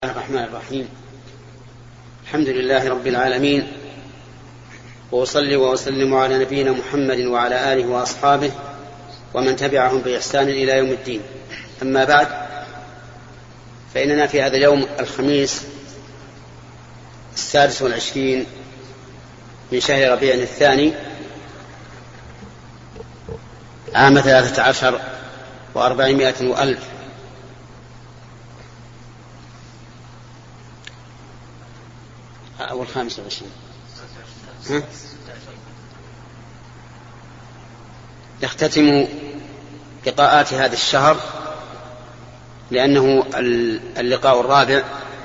الرحمن الرحيم. الحمد لله رب العالمين، وأصلي وأسلم على نبينا محمد وعلى آله وأصحابه ومن تبعهم بإحسان إلى يوم الدين. أما بعد، فإننا في هذا اليوم الخميس 26 من شهر ربيع الثاني عام 13 و400 وألف، أو 25 يختتم لقاءات هذا الشهر، لأنه اللقاء الرابع،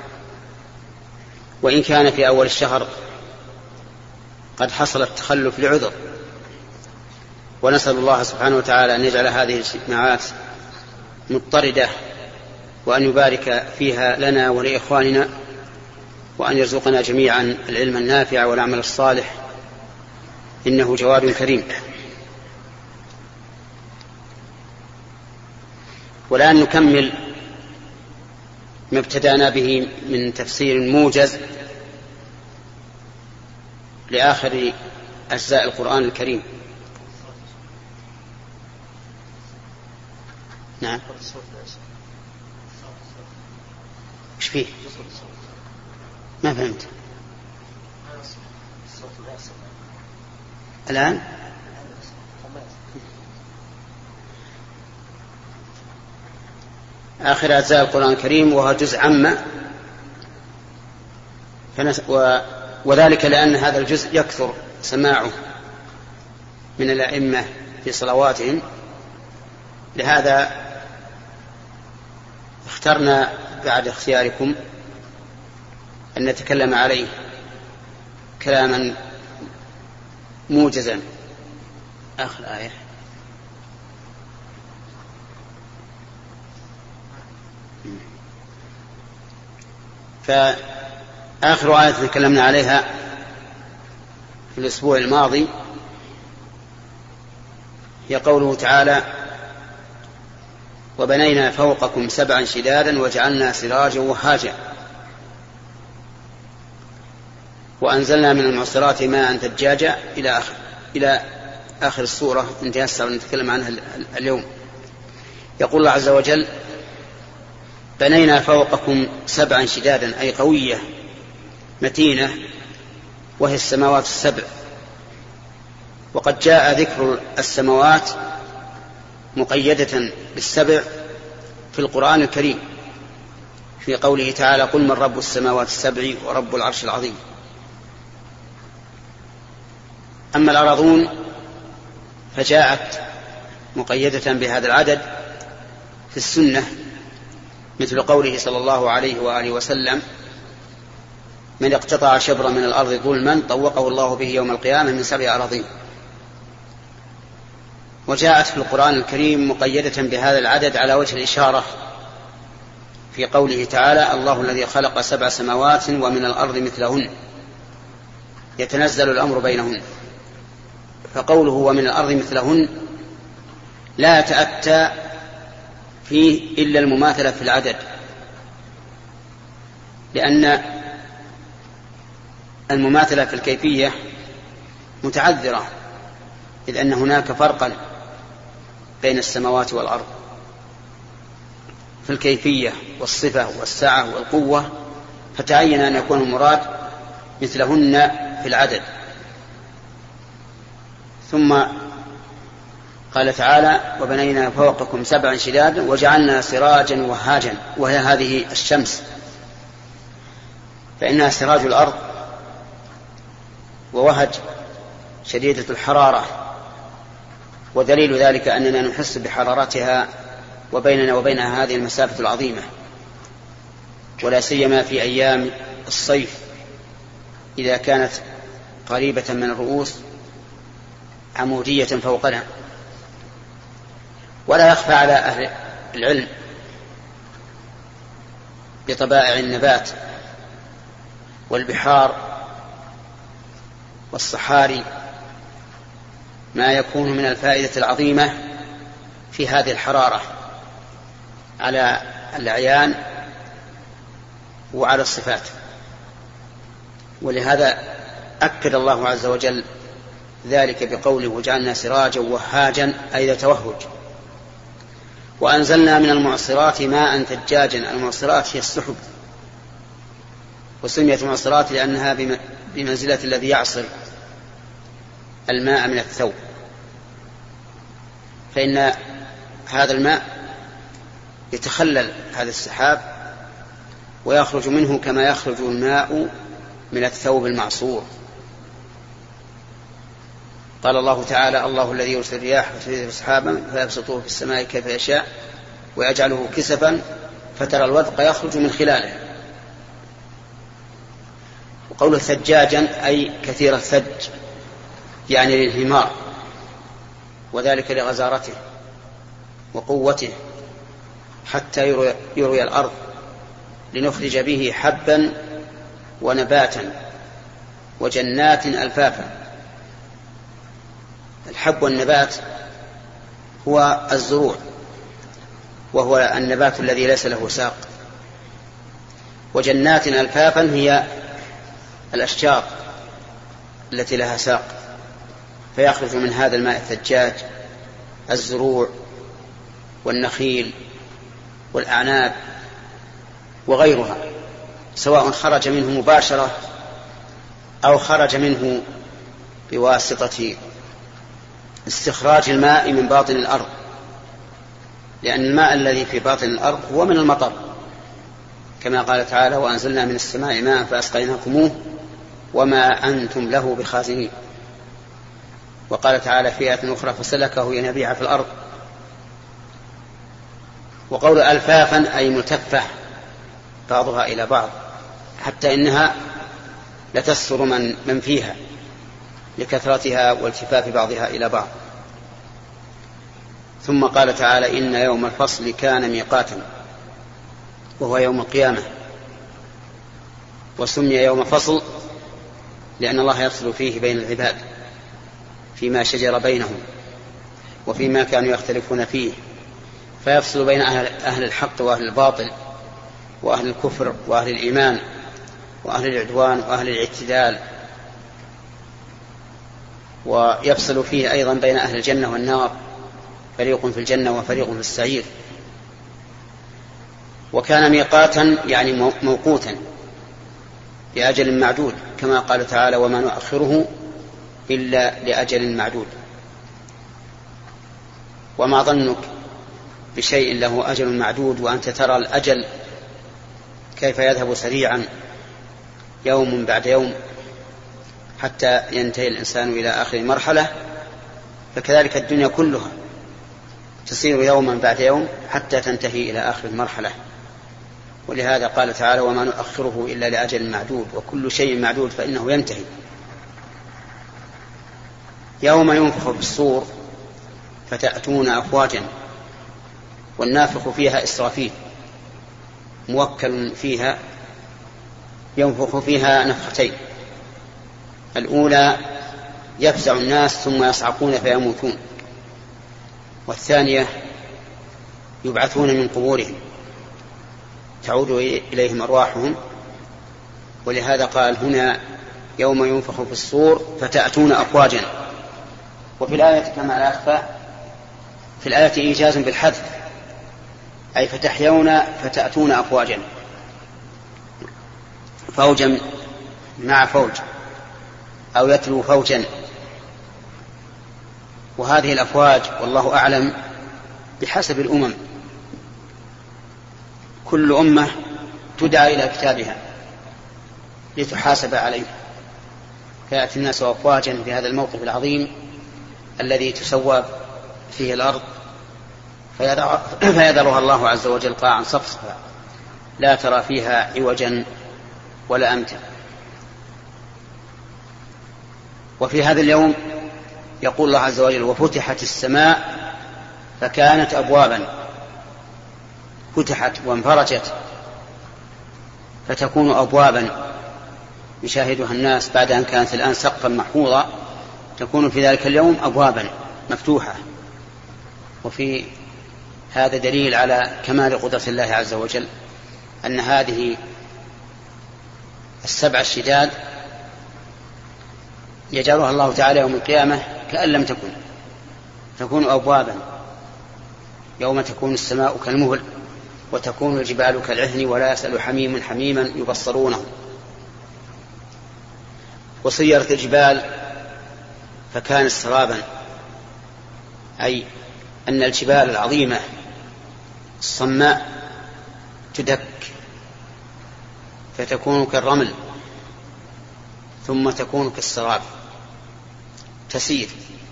وإن كان في أول الشهر قد حصل التخلف لعذر، ونسأل الله سبحانه وتعالى أن يجعل هذه الاجتماعات مضطردة، وأن يبارك فيها لنا ولإخواننا، وأن يرزقنا جميعا العلم النافع والعمل الصالح، إنه جواد كريم. والآن نكمل ما ابتدأنا به من تفسير موجز لآخر أجزاء القرآن الكريم. نعم، ايش فيه؟ ما فهمت الآن. آخر أجزاء القرآن الكريم، وهو جزء عامة، وذلك لأن هذا الجزء يكثر سماعه من الأئمة في صلواتهم، لهذا اخترنا بعد اختياركم أن نتكلم عليه كلاما موجزا. آخر آية، فآخر آية تكلمنا عليها في الأسبوع الماضي هي قوله تعالى: وبنينا فوقكم 7 شدادا وجعلنا سراجا وهاجا وأنزلنا من المعصرات ماء ثجاجا إلى آخر السورة، انتهى السورة نتكلم عنها اليوم. يقول الله عز وجل: بنينا فوقكم 7 شدادا، أي قوية متينة، وهي السماوات ال7. وقد جاء ذكر السماوات مقيدة بال7 في القرآن الكريم، في قوله تعالى: قل من رب السماوات ال7 ورب العرش العظيم. أما الأراضون فجاءت مقيدة بهذا العدد في السنة، مثل قوله صلى الله عليه وآله وسلم: من اقتطع شبرا من الأرض ظلما طوقه الله به يوم القيامة من 7 أراضين. وجاءت في القرآن الكريم مقيدة بهذا العدد على وجه الإشارة في قوله تعالى: الله الذي خلق 7 سماوات ومن الأرض مثلهن يتنزل الأمر بينهن. فقوله ومن الأرض مثلهن لا يتأتى فيه إلا المماثلة في العدد، لأن المماثلة في الكيفية متعذرة، إذ أن هناك فرقا بين السماوات والأرض في الكيفية والصفة والسعة والقوة، فتعين أن يكون المراد مثلهن في العدد. ثم قال تعالى: وبنينا فوقكم 7 شدادا وجعلنا سراجا وهاجا، وهي هذه الشمس، فإنها سراج الأرض ووهج شديدة الحرارة، ودليل ذلك أننا نحس بحرارتها وبيننا وبينها هذه المسافة العظيمة، ولا سيما في أيام الصيف إذا كانت قريبة من الرؤوس عمودية فوقنا. ولا يخفى على أهل العلم بطبائع النبات والبحار والصحاري ما يكون من الفائدة العظيمة في هذه الحرارة على الأعيان وعلى الصفات. ولهذا أكد الله عز وجل ذلك بقوله وجعلنا سراجا وهاجا أي ذا توهج. وأنزلنا من المعصرات ماء ثجاجا. المعصرات هي السحب، وسميت معصرات لأنها بمنزلة الذي يعصر الماء من الثوب، فإن هذا الماء يتخلل هذا السحاب ويخرج منه كما يخرج الماء من الثوب المعصور. قال الله تعالى الله الذي يرسل الرياح فتثير سحابا فيبسطه في السماء كيف يشاء ويجعله كسفا فترى الودق يخرج من خلاله. وقول ثجاجا أي كثير الثج، يعني للانهمار، وذلك لغزارته وقوته حتى يروي الأرض لنخرج به حبا ونباتا وجنات ألفافا. الحب والنبات هو الزروع، وهو النبات الذي ليس له ساق. وجنات ألفافا هي الأشجار التي لها ساق، فيخرج من هذا الماء الثجاج الزروع والنخيل والأعناب وغيرها، سواء خرج منه مباشرة أو خرج منه بواسطة استخراج الماء من باطن الأرض، لأن الماء الذي في باطن الأرض هو من المطر، كما قال تعالى وأنزلنا من السماء ماء فأسقيناكموه وما أنتم له بخازنين. وقال تعالى في آية أخرى فسلكه ينابيع في الأرض. وقول ألفافا أي ملتفة بعضها إلى بعض حتى إنها لتستر من فيها لكثرتها والتفاف بعضها إلى بعض. ثم قال تعالى إن يوم الفصل كان ميقاتا، وهو يوم القيامة. وسمي يوم فصل لأن الله يفصل فيه بين العباد فيما شجر بينهم وفيما كانوا يختلفون فيه، فيفصل بين أهل الحق وأهل الباطل وأهل الكفر وأهل الإيمان وأهل العدوان وأهل الاعتدال، ويفصل فيه أيضا بين أهل الجنة والنار، فريق في الجنة وفريق في السعير. وكان ميقاتا يعني موقوتا لأجل معدود، كما قال تعالى وما نؤخره إلا لأجل معدود. وما ظنك بشيء له أجل معدود وأنت ترى الأجل كيف يذهب سريعا يوم بعد يوم حتى ينتهي الإنسان إلى آخر مرحلة، فكذلك الدنيا كلها تصير يوما بعد يوم حتى تنتهي إلى آخر المرحلة. ولهذا قال تعالى وما نؤخره إلا لأجل معدود، وكل شيء معدود فإنه ينتهي. يوم ينفخ في الصور فتأتون أفواجا، والنافخ فيها إسرافيل موكل فيها ينفخ فيها نفختين، الأولى يفزع الناس ثم يصعقون فيموتون، والثانية يبعثون من قبورهم تعود إليهم أرواحهم. ولهذا قال هنا يوم ينفخ في الصور فتأتون أفواجا. وفي الآية كما لا أخفى في الآية إيجاز بالحذف، أي فتحيون فتأتون أفواجا، فوجا مع فوج أو يتلو فوجا. وهذه الأفواج والله أعلم بحسب الأمم، كل أمة تدعى إلى كتابها لتحاسب عليه، فيأتي الناس أفواجا في هذا الموقف العظيم الذي تسوى فيه الأرض فيذرها الله عز وجل قاعا صفصفا لا ترى فيها عوجا ولا أمتا. وفي هذا اليوم يقول الله عز وجل وفتحت السماء فكانت أبوابا، فتحت وانفرجت فتكون أبوابا يشاهدها الناس بعد أن كانت الآن سقفا محفوظا، تكون في ذلك اليوم أبوابا مفتوحة. وفي هذا دليل على كمال قدرة الله عز وجل أن هذه السبع الشداد يجعلها الله تعالى يوم القيامة كأن لم تكون أبوابا يوم تكون السماء كالمهل وتكون الجبال كالعهن ولا يسأل حميم حميما يبصرونه. وصيرت الجبال فكانت سرابا، أي أن الجبال العظيمة الصماء تدك فتكون كالرمل ثم تكون كالسراب تسير.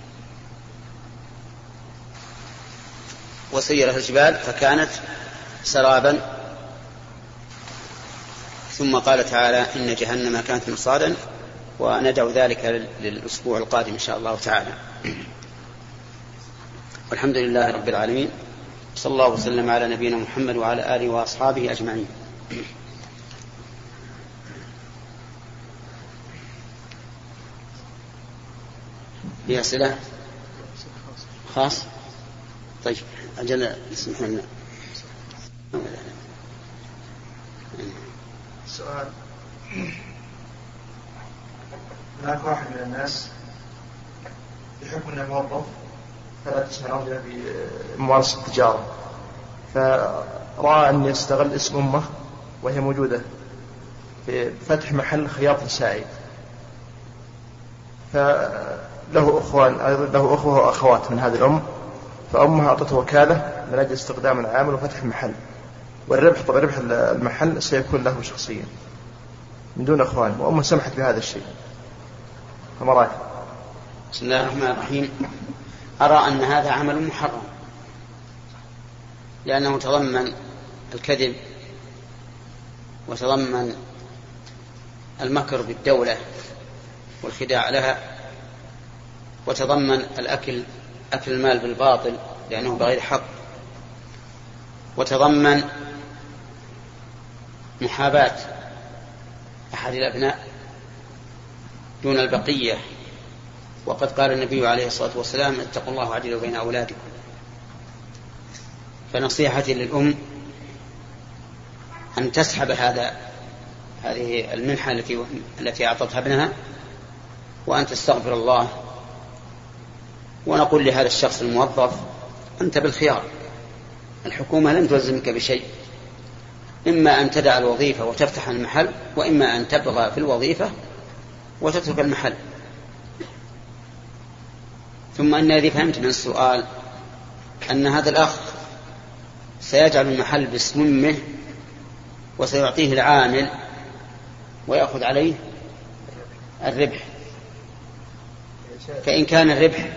وسيرت الجبال فكانت سرابا. ثم قال تعالى إن جهنم كانت مرصادا، وندع ذلك للأسبوع القادم إن شاء الله تعالى. والحمد لله رب العالمين، صلى الله وسلم على نبينا محمد وعلى آله وأصحابه أجمعين. في أسئلة خاص؟ طيب أجل اسمح لنا. سؤال: هناك واحد من الناس يحب أنه موظف فلا تسمع رجله بممارسة التجارة، فرأى أن يستغل اسم أمه وهي موجودة في فتح محل خياط نسائي، فله أخوان أيضا، له أخوة وأخوات من هذه الأم، فأمها أعطته وكالة من أجل استخدام العامل وفتح المحل، والربح طبعا ربح المحل سيكون له شخصيا من دون أخوان، وأمه سمحت بهذا الشيء. فما رأيك؟ بسم الله الرحمن الرحيم. أرى أن هذا عمل محرم، لأنه تضمن الكذب وتضمن المكر بالدولة والخداع لها، وتضمن أكل المال بالباطل لأنه بغير حق، وتضمن محاباة أحد الأبناء دون البقية. وقد قال النبي عليه الصلاة والسلام: اتقوا الله وعدلوا بين أولادكم. فنصيحتي للأم أن تسحب هذه المنحة التي أعطتها ابنها، وأن تستغفر الله. ونقول لهذا الشخص الموظف: أنت بالخيار، الحكومة لن تلزمك بشيء، إما أن تدع الوظيفة وتفتح المحل، وإما أن تبغى في الوظيفة وتترك المحل. ثم أن الذي فهمت من السؤال أن هذا الأخ سيجعل المحل باسم أمه وسيعطيه العامل ويأخذ عليه الربح. فإن كان الربح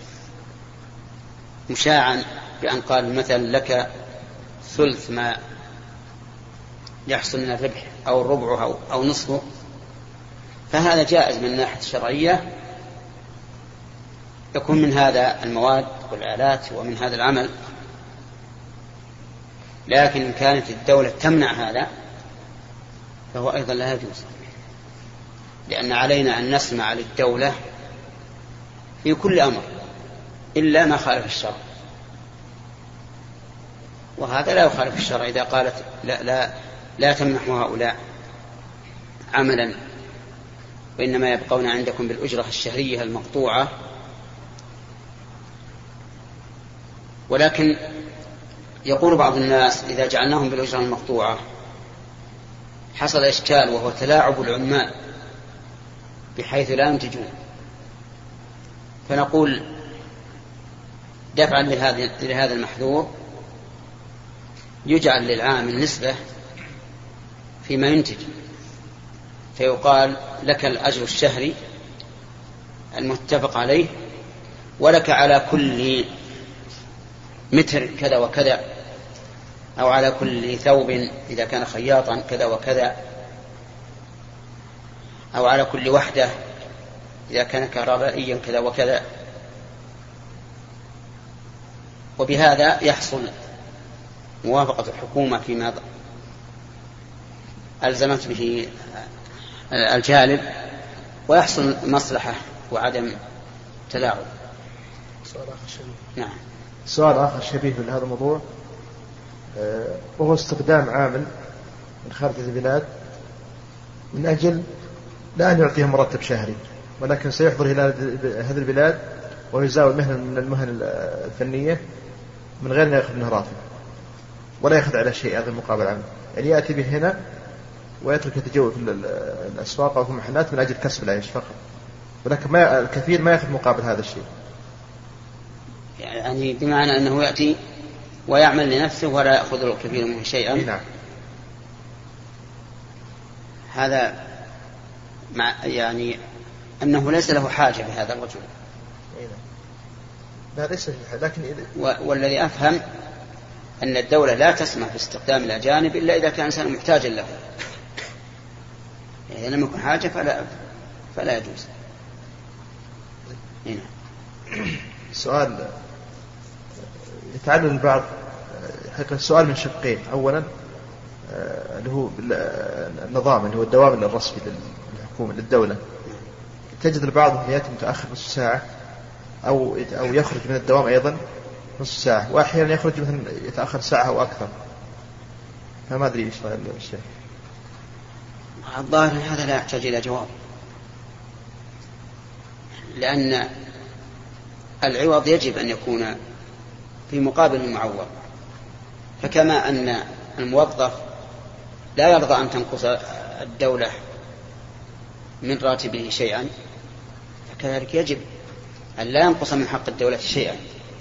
مشاعا بأن قال مثلا لك ثلث ما يحصل من الربح أو ربعه أو نصفه، فهذا جائز من الناحية الشرعية، يكون من هذا المواد والآلات ومن هذا العمل. لكن إن كانت الدولة تمنع هذا فهو أيضا لا يجوز، لأن علينا أن نسمع للدولة في كل أمر إلا ما خالف الشرع، وهذا لا يخالف الشرع إذا قالت لا تمنحوا هؤلاء عملا، وإنما يبقون عندكم بالأجرة الشهرية المقطوعة. ولكن يقول بعض الناس: إذا جعلناهم بالأجرة المقطوعة حصل إشكال، وهو تلاعب العمال بحيث لا ينتجون. فنقول دفعا لهذا المحذور يجعل للعامل نسبة فيما ينتج، فيقال: لك الأجر الشهري المتفق عليه، ولك على كل متر كذا وكذا، أو على كل ثوب إذا كان خياطا كذا وكذا، أو على كل وحدة إذا كان كهربائيا كذا وكذا. وبهذا يحصل موافقة الحكومة فيما ألزمت به الجالب، ويحصل مصلحة وعدم تلاعب. سؤال آخر شبيه. نعم. سؤال آخر شبيه لهذا الموضوع، وهو استخدام عامل من خارج البلاد من أجل لا أن يعطيهم مرتب شهري، ولكن سيحضر إلى هذه البلاد ويزاول مهنة من المهن الفنية من غير أن يأخذ منه راتب ولا يأخذ على شيء هذا المقابل عنه، يعني يأتي به هنا ويترك يتجول في الأسواق أو في المحلات من أجل كسب العيش فقط، ولكن الكثير ما يأخذ مقابل هذا الشيء. يعني بمعنى أنه يأتي ويعمل لنفسه ولا يأخذ الكثير منه شيئا. نعم. هذا يعني أنه ليس له حاجة بهذا الرجل. لا ليس لكن والذي أفهم أن الدولة لا تسمح باستخدام الأجانب إلا إذا كان إنسان محتاجا له، يعني لم يكن حاجة فلا يجوز. هنا سؤال يتعلل البعض، السؤال من شقين. أولا اللي هو النظام اللي هو الدوام الرسمي للحكومة للدولة، تجد البعض يأتي متأخر نصف ساعة أو يخرج من الدوام أيضا نصف ساعة، وأحيانا يخرج مثلا يتأخر ساعة أو أكثر، فما أدري إيش رأي الشيخ. الظاهر هذا لا يحتاج إلى جواب، لأن العوض يجب أن يكون في مقابل المعوض، فكما أن الموظف لا يرضى أن تنقص الدولة من راتبه شيئا، فكذلك يجب أن لا ينقص من حق الدولة شيئا.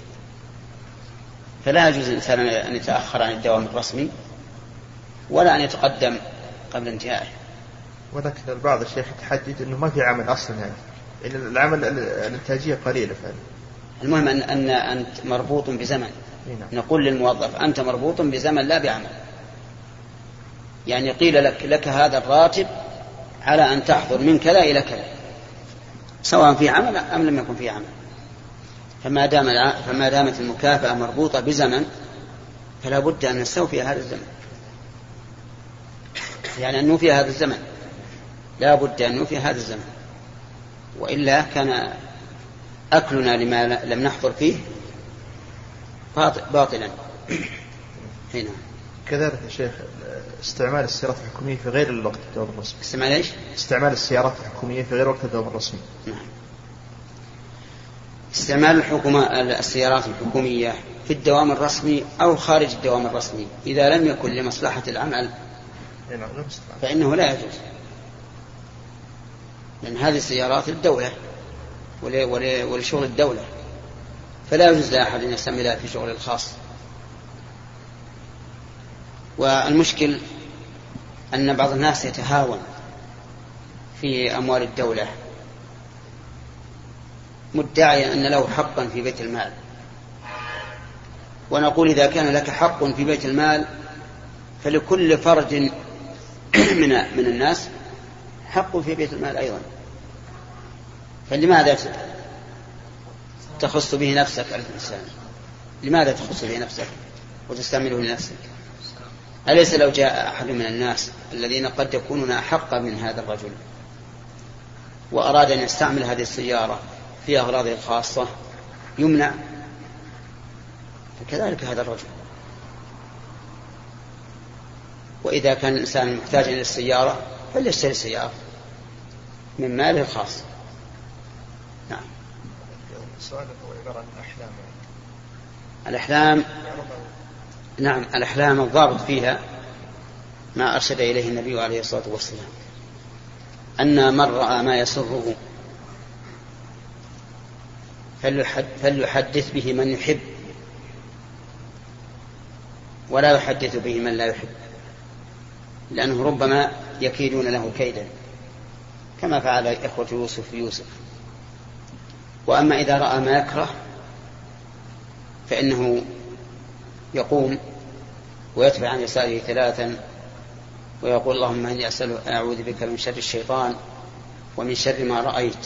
فلا يجوز الإنسان أن يتأخر عن الدوام الرسمي ولا أن يتقدم قبل انتهائه. ولكن البعض الشيخ يتحجج أنه ما في عمل أصلا، يعني العمل الإنتاجية قليلة فعلا. المهم أن أنت مربوط بزمن. نقول للموظف أنت مربوط بزمن لا بعمل، يعني قيل لك هذا الراتب على أن تحضر من كذا إلى كذا سواء في عمل أم لم يكن في عمل. فما دامت المكافأة مربوطة بزمن فلا بد أن نستوفي هذا الزمن، يعني أن نوفي هذا الزمن، لا بد أن نوفي هذا الزمن، وإلا كان أكلنا لما لم نحضر فيه باطلا. هنا كذلك يا شيخ استعمال السيارات الحكومية في غير الوقت الدوام الرسمي. استعمال السيارات الحكومية في غير وقت الدوام الرسمي. نعم. استعمال السيارات الحكومية في الدوام الرسمي أو خارج الدوام الرسمي إذا لم يكن لمصلحة العمل فإنه لا يجوز، لأن هذه السيارات للدولة ولشغل الدولة، فلا يجوز لأحد أن يستعملها في شغل الخاص. والمشكل أن بعض الناس يتهاون في أموال الدولة مدعيا أن له حقا في بيت المال، ونقول إذا كان لك حق في بيت المال فلكل فرد من الناس حق في بيت المال أيضا، فلماذا تخص به نفسك الإنسان؟ لماذا تخص به نفسك وتستعمله لنفسك؟ أليس لو جاء أحد من الناس الذين قد يكونون أحق من هذا الرجل وأراد أن يستعمل هذه السيارة في أغراضه الخاصة يمنع؟ فكذلك هذا الرجل. وإذا كان الإنسان محتاجا إلى السيارة فليشتري السيارة من ماله الخاص. نعم. السؤال هو عبارة عن الأحلام. نعم، الأحلام الضابط فيها ما أرشد إليه النبي عليه الصلاة والسلام، أن من رأى ما يسره فليحدث به من يحب ولا يحدث به من لا يحب، لأنه ربما يكيدون له كيدا كما فعل إخوة يوسف. وأما إذا رأى ما يكره فإنه يقوم ويتبع عن يساره 3 ويقول اللهم إني أعوذ بك من شر الشيطان ومن شر ما رأيت،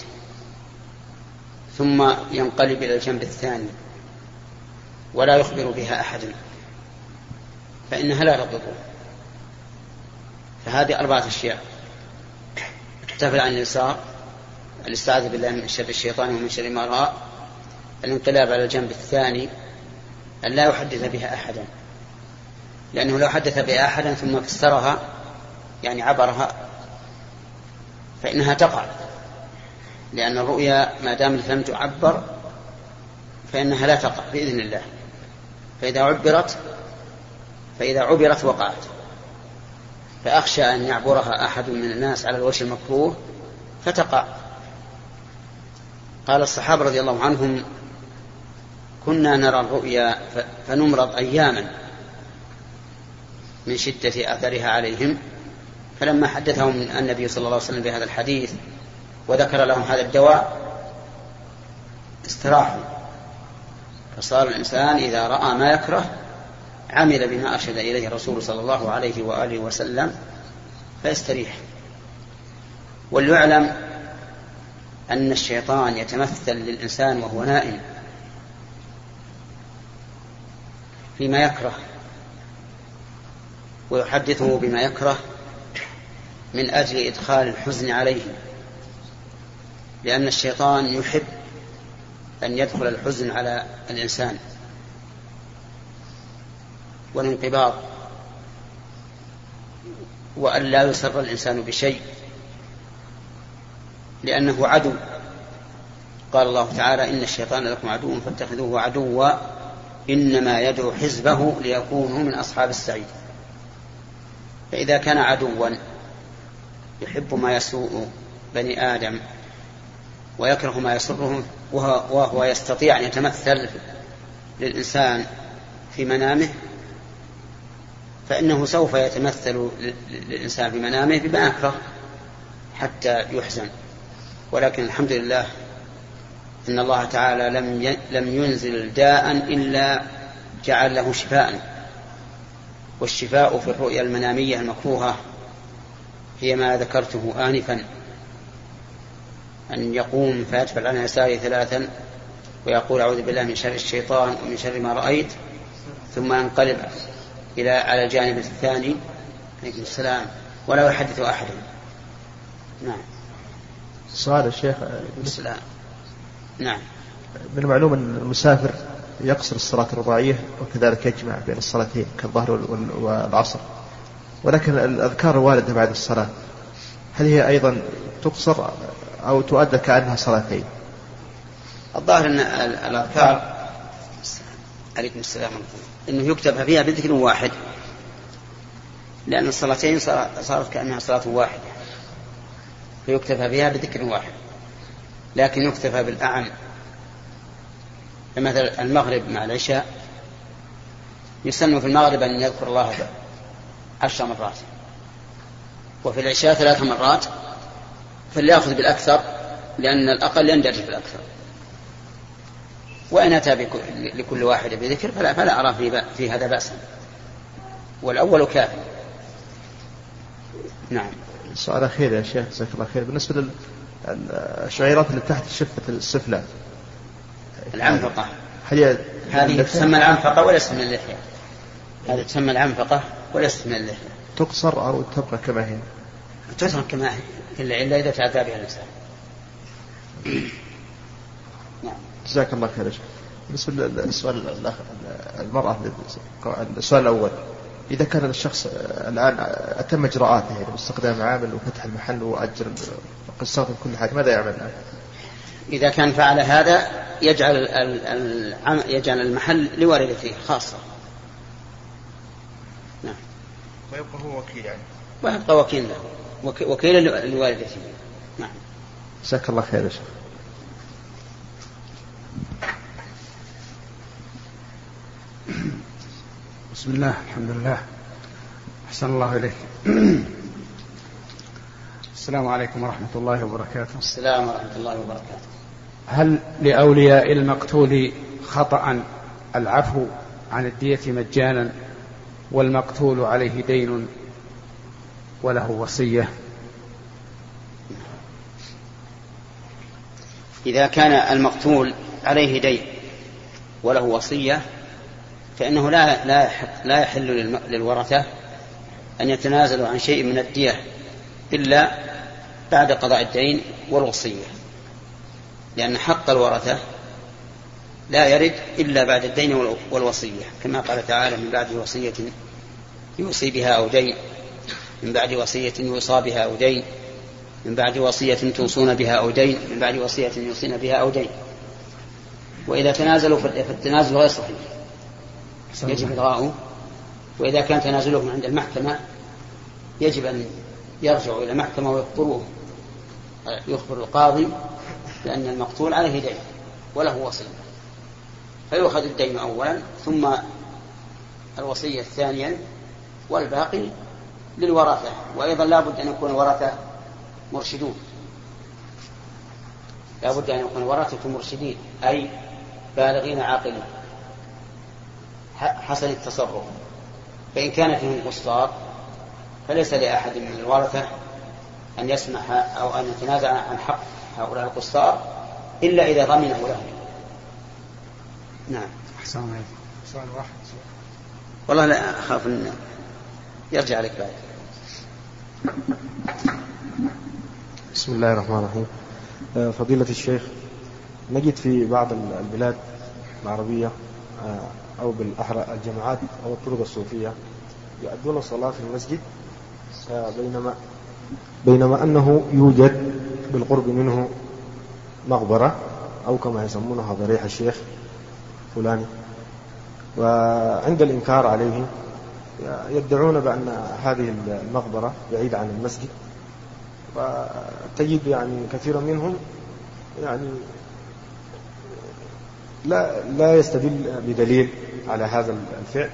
ثم ينقلب إلى الجنب الثاني ولا يخبر بها أحدا فإنها لا تضر. فهذه 4 أشياء: التفل عن اليسار، الاستعاذة بالله من شر الشيطان ومن شر ما رأى، الانقلاب على الجنب الثاني، أن لا يحدث بها أحدا، لأنه لو حدث بها أحدا ثم فسرها يعني عبرها فإنها تقع، لأن الرؤيا ما دامت لم تعبر فإنها لا تقع بإذن الله. فإذا عبرت وقعت. فأخشى أن يعبرها أحد من الناس على الوجه المكروه فتقع. قال الصحابة رضي الله عنهم: كنا نرى الرؤيا فنمرض أياما من شدة أثرها عليهم، فلما حدثهم النبي صلى الله عليه وسلم بهذا الحديث وذكر لهم هذا الدواء استراحوا. فصار الإنسان إذا رأى ما يكره عمل بما أرشد إليه الرسول صلى الله عليه وآله وسلم فيستريح. وليعلم أن الشيطان يتمثل للإنسان وهو نائم فيما يكره ويحدثه بما يكره من أجل إدخال الحزن عليه، لأن الشيطان يحب أن يدخل الحزن على الإنسان والانقباض، وأن لا يسر الإنسان بشيء، لأنه عدو. قال الله تعالى: إن الشيطان لكم عدو فاتخذوه عدوا إنما يدعو حزبه ليكونوا من أصحاب السعير. فإذا كان عدوا يحب ما يسوء بني آدم ويكره ما يسرهم، وهو يستطيع أن يتمثل للإنسان في منامه، فإنه سوف يتمثل للإنسان في منامه بما يكره حتى يحزن. ولكن الحمد لله إن الله تعالى لم ينزل داء إلا جعل له شفاء. والشفاء في الرؤيا المنامية المكروهة هي ما ذكرته آنفا، أن يقوم فيتفل عن يساره 3 ويقول: أعوذ بالله من شر الشيطان ومن شر ما رأيت، ثم ينقلب على الجانب الثاني عليكم السلام ولا يحدث أحدا. نعم. سؤال الشيخ. السلام. نعم. من المعلوم أن المسافر يقصر الصلاة الرباعية وكذلك يجمع بين الصلاتين كالظهر والعصر، ولكن الأذكار الواردة بعد الصلاة هل هي أيضا تقصر أو تؤدى كأنها صلاتين؟ الظاهر أن الأذكار عليكم السلام أنه يكتب فيها بذكر واحد، لأن الصلاتين صارت كأنها صلاة واحدة فيكتفى فيها بذكر واحد، لكن يكتفى بالأعم. مثل المغرب مع العشاء يسن في المغرب أن يذكر الله 10 مرات، وفي العشاء 3 مرات، فليأخذ بالأكثر لأن الأقل يندرج في الأكثر. وإن أتى لكل واحد بذكر فلا أرى في هذا بأسا، والأول كافي. نعم. سؤال أخير يا شيخ جزاك الله خير، بالنسبة للشعيرات اللي تحت الشفة السفلى العنفقة، هذه تسمى العنفقة وليست من اللحية. هذه تسمى العنفقة وليست من اللحية. تقصر أو تبقى كما هي؟ تترك كما هي إلا إذا تعدى بها الإنسان. نعم. جزاك الله خير. بالنسبة للسؤال المرأة، السؤال الأول: إذا كان الشخص الآن أتم إجراءاته يعني باستخدام عامل وفتح المحل وأجر وقصته كل حاجة، ماذا يعمل الآن؟ إذا كان فعل هذا يجعل المحل لوالدته خاصة. نعم. ويبقى هو وكيل يعني؟ ويبقى وكيل له، وكيل لوالدته. نعم. جزاك الله خير يا شيخ. بسم الله، الحمد لله، أحسن الله إليك. السلام عليكم ورحمة الله وبركاته. السلام ورحمة الله وبركاته. هل لأولياء المقتول خطأ العفو عن الدية مجانا والمقتول عليه دين وله وصية؟ إذا كان المقتول عليه دين وله وصية فإنه لا يحل للورثة أن يتنازلوا عن شيء من الدية إلا بعد قضاء الدين والوصية، لأن حق الورثة لا يرد إلا بعد الدين والوصية، كما قال تعالى: من بعد وصية يوصي بها أو دين، من بعد وصية يوصى بها أو دين، من بعد وصية توصون بها أو دين، من بعد وصية يوصين بها أو دين. وإذا تنازلوا فالتنازل غير صحيح يجب إلغاؤه. وإذا كان تنازلهم عند المحكمة يجب أن يرجعوا إلى المحكمة ويخبروه، يخبر القاضي لأن المقتول عليه دين وله وصية، فيؤخذ الدين أولا ثم الوصية ثانيا، والباقي للورثة. وأيضا لا بد أن يكون الورثة مرشدون، لا بد أن يكون الورثة مرشدين أي بالغين عاقلين حسن التصرف. فإن كان فيهم قصار فليس لأحد من الورثة أن يسمح أو أن يتنازع عن حق هؤلاء القصار إلا إذا ضمنه له. نعم. أحسن عليك. سؤال واحد. والله لا أخاف أن يرجع لك بعد. بسم الله الرحمن الرحيم. فضيلة الشيخ، نجد في بعض البلاد العربية أو بالأحرى الجماعات أو الطرق الصوفية يؤدون الصلاة في المسجد، بينما أنه يوجد بالقرب منه مقبرة أو كما يسمونها ضريح الشيخ فلاني، وعند الإنكار عليه يدعون بأن هذه المقبرة بعيدة عن المسجد. وتجد يعني كثيرا منهم يعني لا يستدل بدليل على هذا الفعل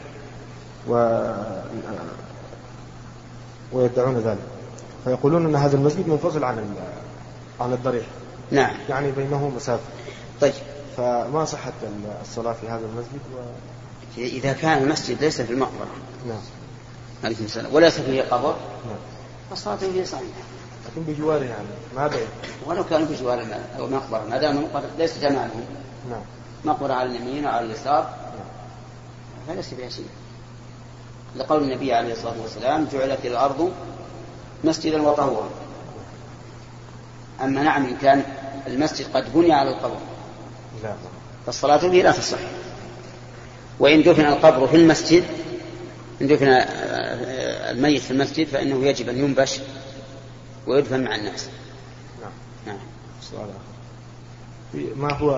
ويدعون ذلك، فيقولون أن هذا المسجد منفصل عن الضريح. نعم. يعني بينه مسافة. طيب، فما صحت الصلاة في هذا المسجد إذا كان المسجد ليس في المقبرة. نعم. عليكم السلام. وليس فيه قبر. نعم. الصلاة فيه صحيحة. لكن بجواره يعني ما بعيد. ولو كانوا بجوار المقبرة ما دام المقبرة ليس تمامه. نعم. مقبرة على اليمين وعلى اليسار. نعم. فليس فيها شيء. لقول النبي عليه الصلاة والسلام: جعلت الأرض مسجدا وطهورا. أما نعم إن كان المسجد قد بني على القبر لا، فالصلاة فيه لا تصح. وإن دفن القبر في المسجد، إن دفن الميت في المسجد فإنه يجب أن ينبش ويدفن مع الناس. نعم. نعم. سؤال آخر. ما هو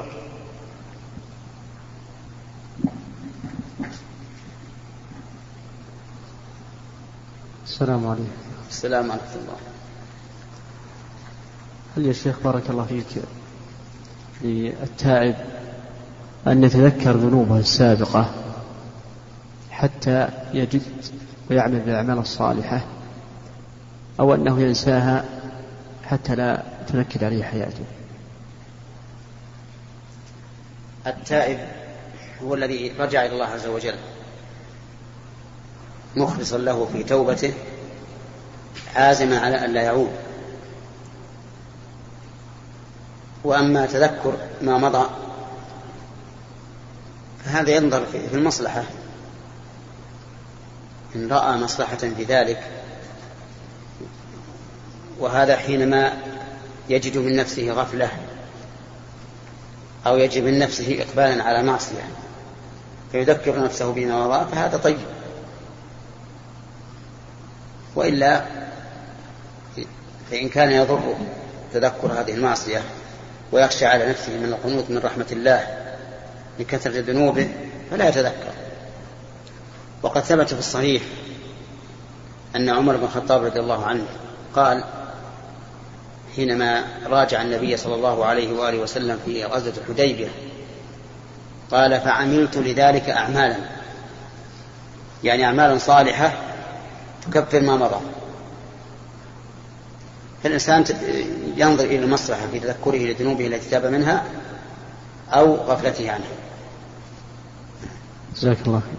السلام عليكم. السلام ورحمة الله. هل يا شيخ بارك الله فيك للتائب أن يتذكر ذنوبه السابقة حتى يجد ويعمل بالأعمال الصالحة، أو أنه ينساها حتى لا تنكد عليه حياته؟ التائب هو الذي رجع إلى الله عز وجل مخلصا له في توبته عازما على أن لا يعود. وأما تذكر ما مضى فهذا ينظر في المصلحة، إن رأى مصلحة في ذلك، وهذا حينما يجد من نفسه غفلة أو يجد من نفسه إقبالا على معصية فيذكر نفسه بما مضى فهذا طيب. وإلا فإن كان يضر تذكر هذه المعصية ويخشى على نفسه من القنوط من رحمة الله لكثرة ذنوبه فلا يتذكر. وقد ثبت في الصحيح أن عمر بن الخطاب رضي الله عنه قال حينما راجع النبي صلى الله عليه وآله وسلم في غزوة الحديبية قال: فعملت لذلك أعمالا، يعني أعمالا صالحة تكفر ما مضى. فالإنسان ينظر إلى المصلحة في تذكره لذنوبه التي تاب منها أو غفلته عنها. جزاك الله خير.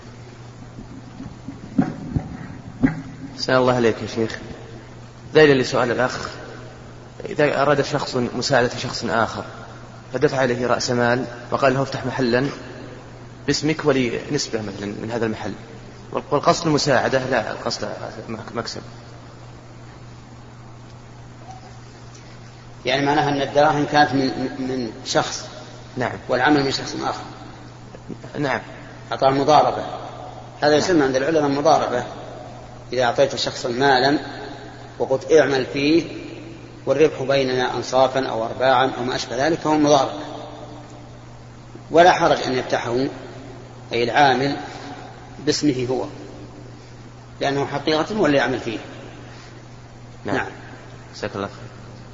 سأل الله عليك يا شيخ، ذيلا لسؤال الأخ: إذا أراد شخص مساعدة شخص آخر فدفع عليه رأس مال وقال له افتح محلا باسمك ولي نسبة مثلا من هذا المحل، والقصد المساعدة لا القصد مكسب، يعني معناها أن الدراهم كانت من شخص. نعم. والعمل من شخص آخر. نعم. أعطاه مضاربة، هذا يسمى عند العلماء مضاربة. إذا أعطيت شخصا مالا وقلت اعمل فيه والربح بيننا أنصافا أو أرباعا أو ما أشبه ذلك فهو مضاربة، ولا حرج أن يفتحه أي العامل باسمه هو، لأنه حقيقة ولا يعمل فيه. نعم. جزاك الله خير.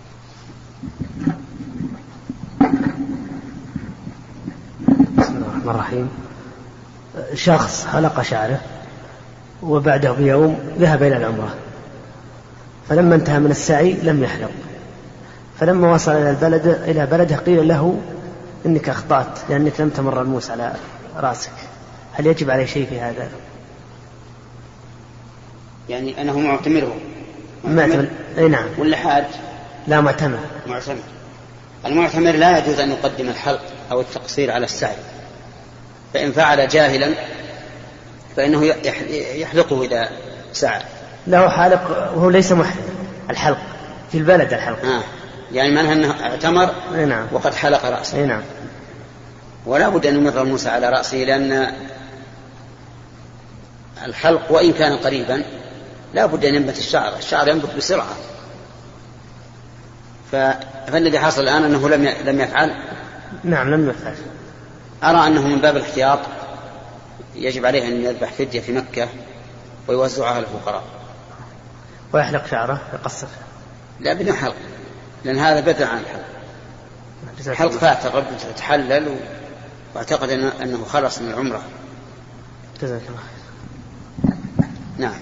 بسم الله الرحمن الرحيم. شخص حلق شعره وبعده بيوم ذهب إلى العمرة، فلما انتهى من السعي لم يحلق، فلما وصل إلى بلده قيل له إنك أخطأت لأنك لم تمر الموس على رأسك، هل يجب عليه شيء في هذا؟ يعني أنه معتمره أي نعم. ولا حاج؟ لا، معتمر. المعتمر لا يجوز أن يقدم الحلق أو التقصير على السعي، فإن فعل جاهلا فإنه يحلقه إذا سعى. له حالق وهو ليس محرم، الحلق في البلد الحلق. يعني معنى أنه اعتمر نعم. وقد حلق رأسه. نعم. ولا بد أن يمر الموسى على رأسه، لأن الحلق وإن كان قريبا لا بد أن ينبت الشعر ينبت بسرعة. فالذي حصل الآن أنه لم يفعل. نعم، لم يفعل. أرى أنه من باب الاحتياط يجب عليه أن يذبح فدية في مكة ويوزعها على الفقراء. ويحلق شعره، يقصر. لا، بدون حلق، لأن هذا بدل عن الحلق. الحلق فات، الرب تحلل واعتقد أنه خلص من العمرة. جزاك الله خير. نعم.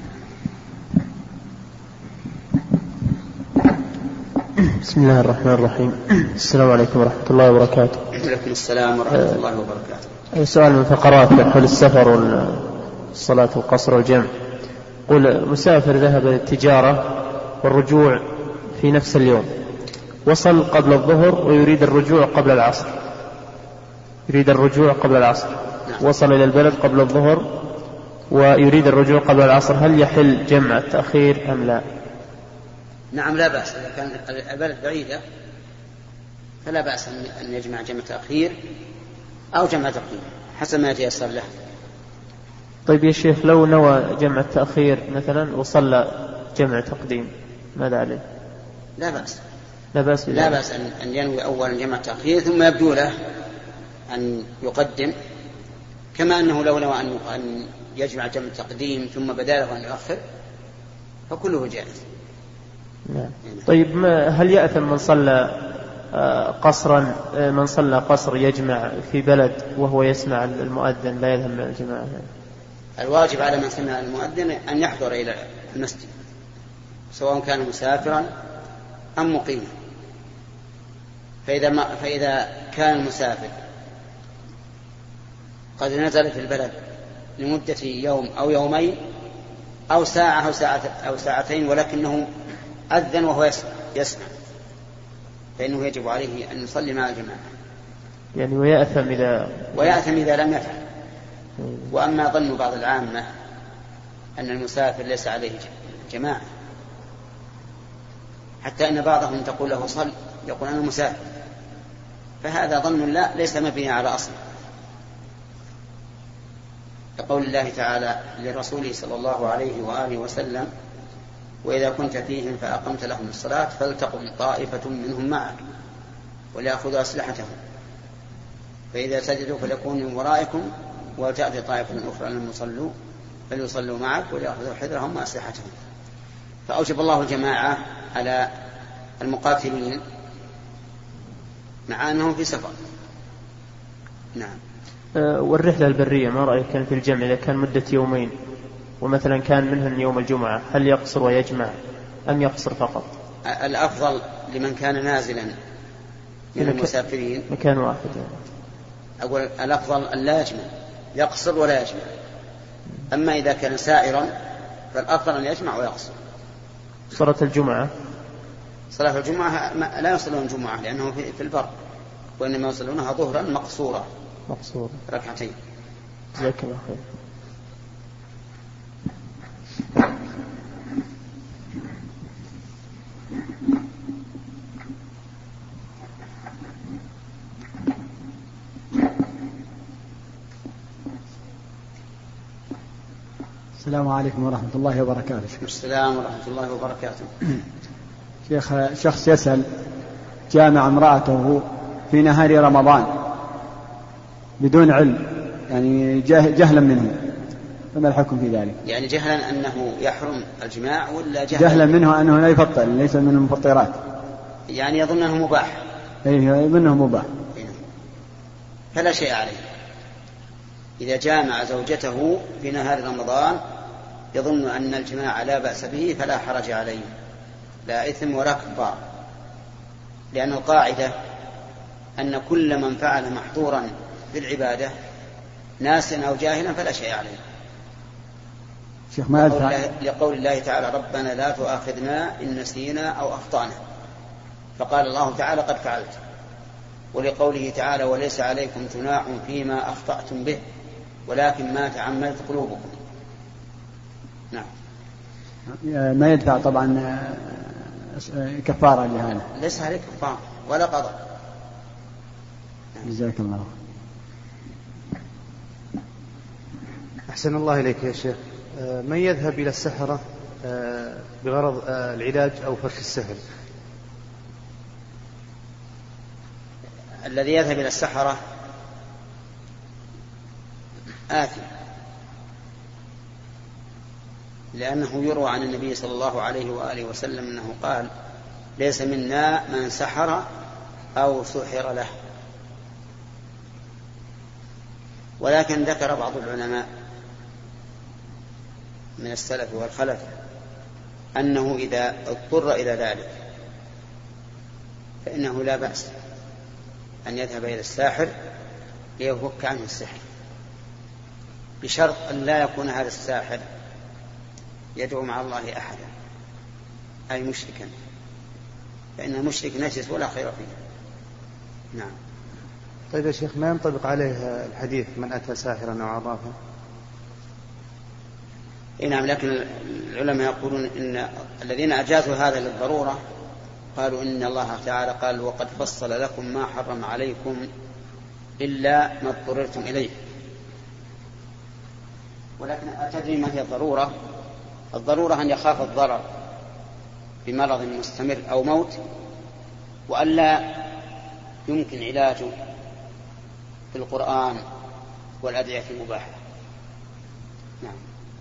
بسم الله الرحمن الرحيم. السلام عليكم ورحمة الله وبركاته. وعليكم السلام ورحمة الله وبركاته. سؤال من فقرات حول السفر والصلاة والقصر والجمع. قل مسافر ذهب للتجارة والرجوع في نفس اليوم، وصل قبل الظهر ويريد الرجوع قبل العصر. وصل إلى البلد قبل الظهر ويريد الرجوع قبل العصر، هل يحل جمع التأخير أم لا؟ نعم، لا بأس. إذا كان البلد بعيدة فلا بأس أن يجمع جمع تأخير أو جمع تقديم حسب ما يتيسر له. طيب يا شيخ، لو نوى جمع التأخير مثلا وصلى جمع تقديم ماذا عليه؟ لا بأس. لا بأس أن ينوي أولا جمع تأخير ثم يبدو له أن يقدم، كما أنه لو نوى أن يجمع جمع تقديم ثم بداله أن يؤخر فكله جائز. نعم. طيب هل يأثم من صلى قصرا، من صلى قصر يجمع في بلد وهو يسمع المؤذن لا يذهب من الجماعة؟ الواجب على من سمع المؤذن أن يحضر إلى المسجد سواء كان مسافرا أم مقيما. فإذا كان المسافر قد نزل في البلد لمدة يوم أو يومين أو ساعة أو ساعتين ولكنه أذن وهو يسمع فإنه يجب عليه أن يصلي مع الجماعة. يعني ويأثم إذا لم يفعل. وأما ظن بعض العامة أن المسافر ليس عليه جماعة، حتى أن بعضهم تقول له صل يقول أنا مسافر، فهذا ظن ليس مبني على أصل. يقول الله تعالى لرسوله صلى الله عليه وآله وسلم: وإذا كنت فيهم فأقمت لهم الصلاة فلتقم طائفة منهم معك وليأخذوا أسلحتهم فإذا سجدوا فليكونوا من ورائكم وتأتي طائفة أخرى لم يصلوا فليصلوا معك وليأخذوا حذرهم وأسلحتهم. فأوجب الله الجماعة على المقاتلين مع أنهم في سفر. نعم. والرحلة البرية ما رأيك كان في الجمع إذا كان مدة يومين ومثلا كان منهن يوم الجمعة، هل يقصر ويجمع أم يقصر فقط؟ الأفضل لمن كان نازلا من المسافرين مكان واحد يعني. أقول الأفضل أن لا يجمع، يقصر ولا يجمع. أما إذا كان سائرا فالأفضل أن يجمع ويقصر. صلاة الجمعة لا يصلون جمعة لأنه في البر، وإنما يصلونها ظهرا مقصورة ركعتين. جزاك الله خير. السلام عليكم ورحمة الله وبركاته. السلام ورحمة الله وبركاته. شيخ، شخص يسأل جامع امرأته في نهار رمضان بدون علم، يعني جهلا منه، فما الحكم في ذلك؟ يعني جهلا أنه يحرم الجماع ولا جهلا منه أنه لا يفطر، ليس من المفطرات، يعني يظن أنه مباح؟ يظنه مباح، فلا شيء عليه. إذا جامع زوجته في نهار رمضان يظن أن الجماع لا بأس به فلا حرج عليه، لا إثم ولا كفار، لأن القاعدة أن كل من فعل محظورا في العبادة ناسا أو جاهلا فلا شيء عليه. شيخ ما لقول الله تعالى ربنا لا تؤاخذنا إن نسينا أو أخطأنا، فقال الله تعالى قد فعلت. ولقوله تعالى وليس عليكم جناح فيما أخطأتم به ولكن ما تعمدت قلوبكم. نعم. ما يدفع طبعا كفارة لهذا؟ ليس عليك كفارة ولا قضاء. جزاك الله. أحسن الله إليك يا شيخ. من يذهب إلى السحرة بغرض العلاج أو فرك السحر؟ الذي يذهب إلى السحرة آثم، لأنه يروى عن النبي صلى الله عليه وآله وسلم أنه قال ليس منا من سحر أو سحر له. ولكن ذكر بعض العلماء من السلف والخلف أنه إذا اضطر إلى ذلك فإنه لا بأس أن يذهب إلى الساحر ليفك عنه السحر، بشرط أن لا يكون هذا الساحر يدعو مع الله أحدا، أي مشركا، فإن المشرك نجس ولا خير فيه. نعم. طيب يا شيخ، ما ينطبق عليه الحديث من أتى ساحرا أو عرافا؟ نعم، لكن العلماء يقولون إن الذين أجازوا هذا للضرورة قالوا إن الله تعالى قال وقد فصل لكم ما حرم عليكم إلا ما اضطررتم إليه. ولكن أتدري ما هي الضرورة؟ الضرورة أن يخاف الضرر بمرض مستمر أو موت، وألا يمكن علاجه بالقرآن والأدعية المباحة. نعم.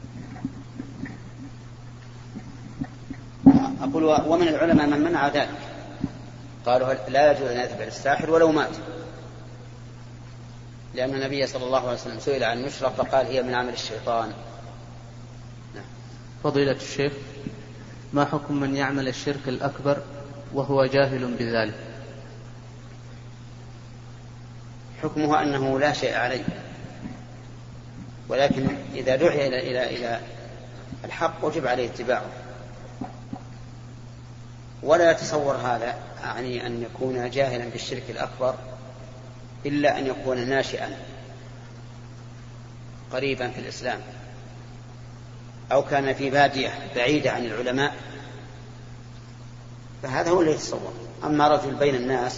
أقول ومن العلماء من منع ذلك، قالوا لا يجوز أن يذهب إلى الساحر ولو مات، لأن النبي صلى الله عليه وسلم سئل عن النشرة فقال هي من عمل الشيطان. نعم. فضيلة الشيخ، ما حكم من يعمل الشرك الأكبر وهو جاهل بذلك؟ حكمه أنه لا شيء عليه، ولكن إذا دعي إلى الحق وجب عليه اتباعه. ولا يتصور هذا يعني أن يكون جاهلا بالشرك الأكبر إلا أن يكون ناشئا قريبا في الإسلام، أو كان في بادية بعيدة عن العلماء، فهذا هو اللي يتصور. أما رجل بين الناس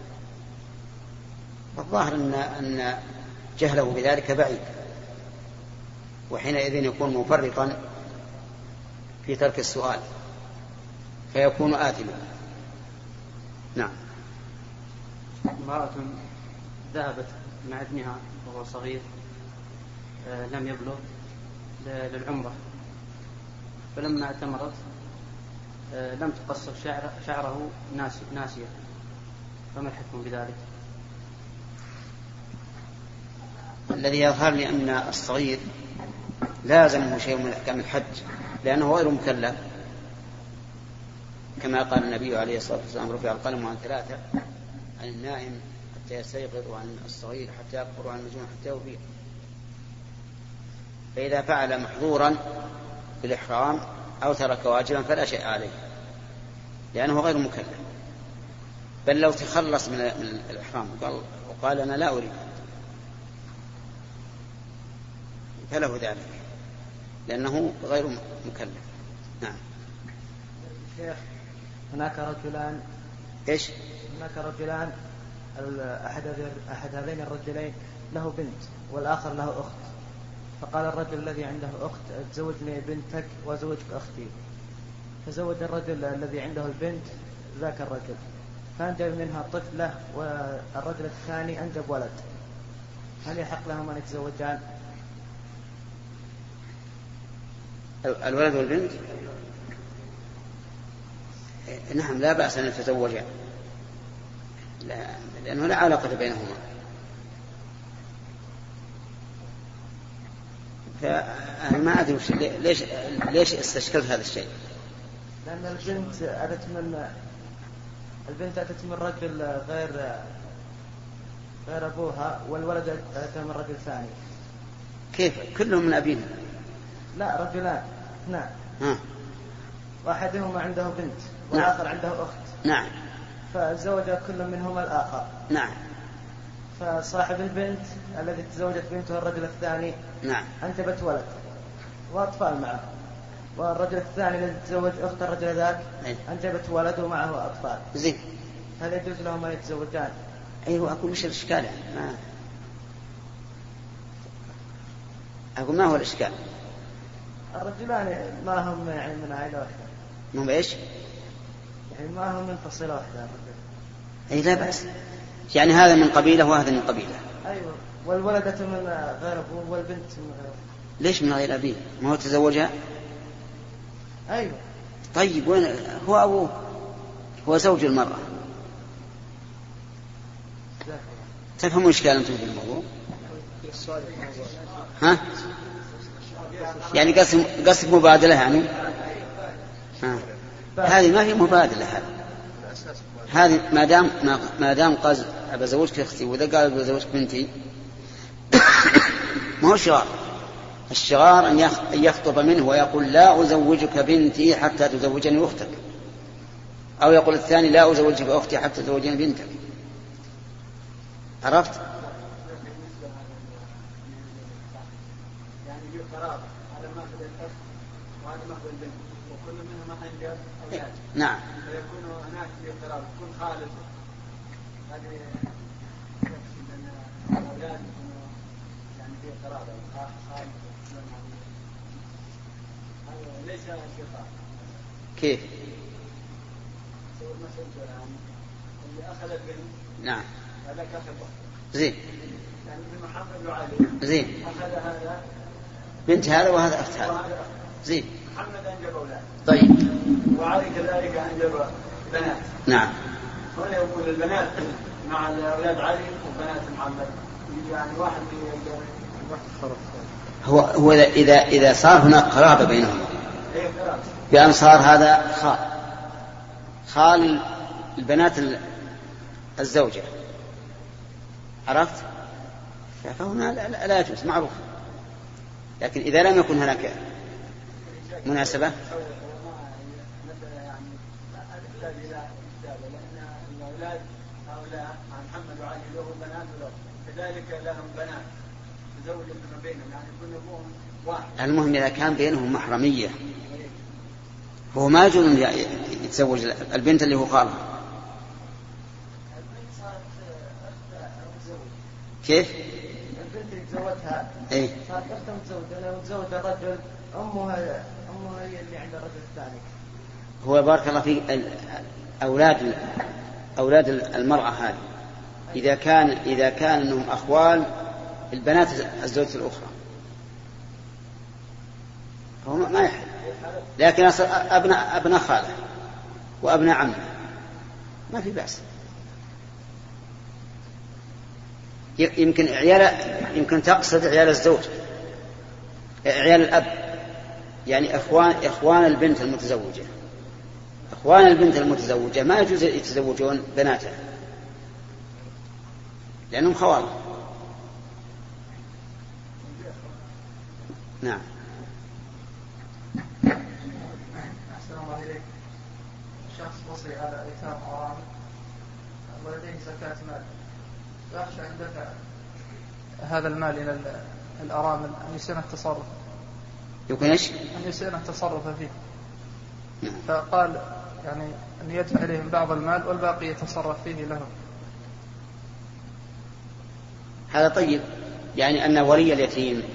فالظاهر أن جهله بذلك بعيد، وحينئذ يكون مفرطا في ترك السؤال فيكون آثما. نعم. امرأة ذهبت مع ابنها وهو صغير لم يبلغ للعمرة، فلما اعتمرت لم تقصر شعره ناسيا، فما الحكم بذلك؟ الذي يظهر لي أن الصغير لازمه شيء من أحكام الحج، لأنه غير مكلف، كما قال النبي عليه الصلاة والسلام رفع القلم عن 3: عن النائم حتى يستيقظ، وعن الصغير حتى يكبر، وعن المجنون حتى يفيق. فإذا فعل محظورا بالإحرام أو ترك واجبا فلا شيء عليه، لأنه غير مكلف. بل لو تخلص من الإحرام وقال أنا لا أريد فله ذلك، لأنه غير مكلف. نعم. شيخ، هناك رجلان. إيش؟ هناك رجلان، أحد هذين الرجلين له بنت والآخر له أخت، فقال الرجل الذي عنده أخت: تزوجني بنتك وزوجك أختي، تزوج الرجل الذي عنده البنت ذاك الرجل فأنجب منها طفلة والرجل الثاني أنجب ولد، هل يحق لهم أن يتزوجان؟ الولد والبنت نعم لا بأس أن يتزوجا، لأنه لا علاقة بينهما. فأنا ما أدري ليش استشكلت هذا الشيء. لأن البنت أتت من رجل غير أبوها، والولد أتى من رجل ثاني. كيف كلهم من أبيهم؟ لا، رجلان اثنان. واحدهما عنده بنت والآخر عنده أخت. نعم. فزوج كل منهما الآخر. نعم. فصاحب البنت الذي تزوجت بنته الرجل الثاني نعم أنجبت ولد وأطفال معه، والرجل الثاني الذي تزوج أخت الرجل ذاك أنجبت ولد ومعه أطفال. زين، هل يجوز لهم أن يتزوجان؟ أيوة، أقول مش الإشكال يعني أقول ما هو الإشكال؟ الرجلان ما هم يعني من عائلة واحدة. هم إيش؟ يعني ما هم من فصيلة واحدة. أي لا بأس، يعني هذا من قبيلة وهذا من قبيلة. أيوة، والولدة من غير أبوه والبنت من غير أبوه. ليش من غير أبيه؟ ما هو تزوجها؟ أيوة. طيب وين هو أبوه؟ هو زوج المرأة. تفهموا إشكال أنتم في الموضوع؟ ها؟ يعني قصد مبادلة يعني؟ هذه ما هي مبادلة. هذه ما دام قال أبزوجك أختي وإذا قال أبزوجك بنتي ما هو شغار. الشغار أن يخطب منه ويقول لا أزوجك بنتي حتى تزوجني أختك، أو يقول الثاني لا أزوجك أختي حتى تزوجني بنتك. عرفت؟ يعني يجيب قرابة هذا ما أخذ الأخت وهذا ما أخذ البنت وكل منهم ما أنجب أولاد. نعم. فيكون هناك في قرابة يكون خالد، هذه يقصد أن الأولاد يعني في قرابة خالد. هذا ليس شيطان. كيف؟ سوى المسألة الآن اللي أخذ البنت. نعم. هذاك أخذ زين. يعني ابن محمد وعلي. زين. أخذ هذا بنت هذا وهذا أخت هذا. زين. محمد أنجب أولاد. طيب. وعلي كذلك أنجب بنات. نعم. هنا يقول البنات مع الأولاد علي وبنات محمد، يعني واحد هو إذا صار هناك قرابة بينهما بأن صار هذا خال البنات الزوجة، عرفت؟ فهنا لا يجوز، معروف. لكن إذا لم يكن هناك مناسبة محمد وعلي له بنات وله كذلك لهم بنات تزوج من بينهم، يعني يكون ابوهم واحد. المهم إذا كان بينهم محرمية هو ما يجوز يتزوج البنت اللي هو خالها. البنت صارت كيف؟ البنت اللي تزوجها صارت أختها متزوجة، لو تزوج الرجل أمها هي اللي عند الرجل الثاني. هو بارك الله فيك أولاد المرأة هذه إذا كان أنهم أخوال البنات الزوجة الأخرى فهو ما يحل، لكن أبناء خالة وأبناء عمه ما في بأس. يمكن تقصد عيال الزوج، عيال الأب، يعني إخوان البنت المتزوجة. إخوان البنت المتزوجة ما يجوز يتزوجون بناتها لأنهم خوال. نعم. أحسن الله إليك. شخص وصي على أيتام أرامل ولديه زكاة مال، يخشى أن دفع هذا المال إلى الأرامل أن يسن التصرف. يكون إيش؟ أن يسن التصرف فيه. فقال يعني أن يدفع إليهم بعض المال والباقي يتصرف فيه لهم. هذا طيب، يعني أن ولي اليتيم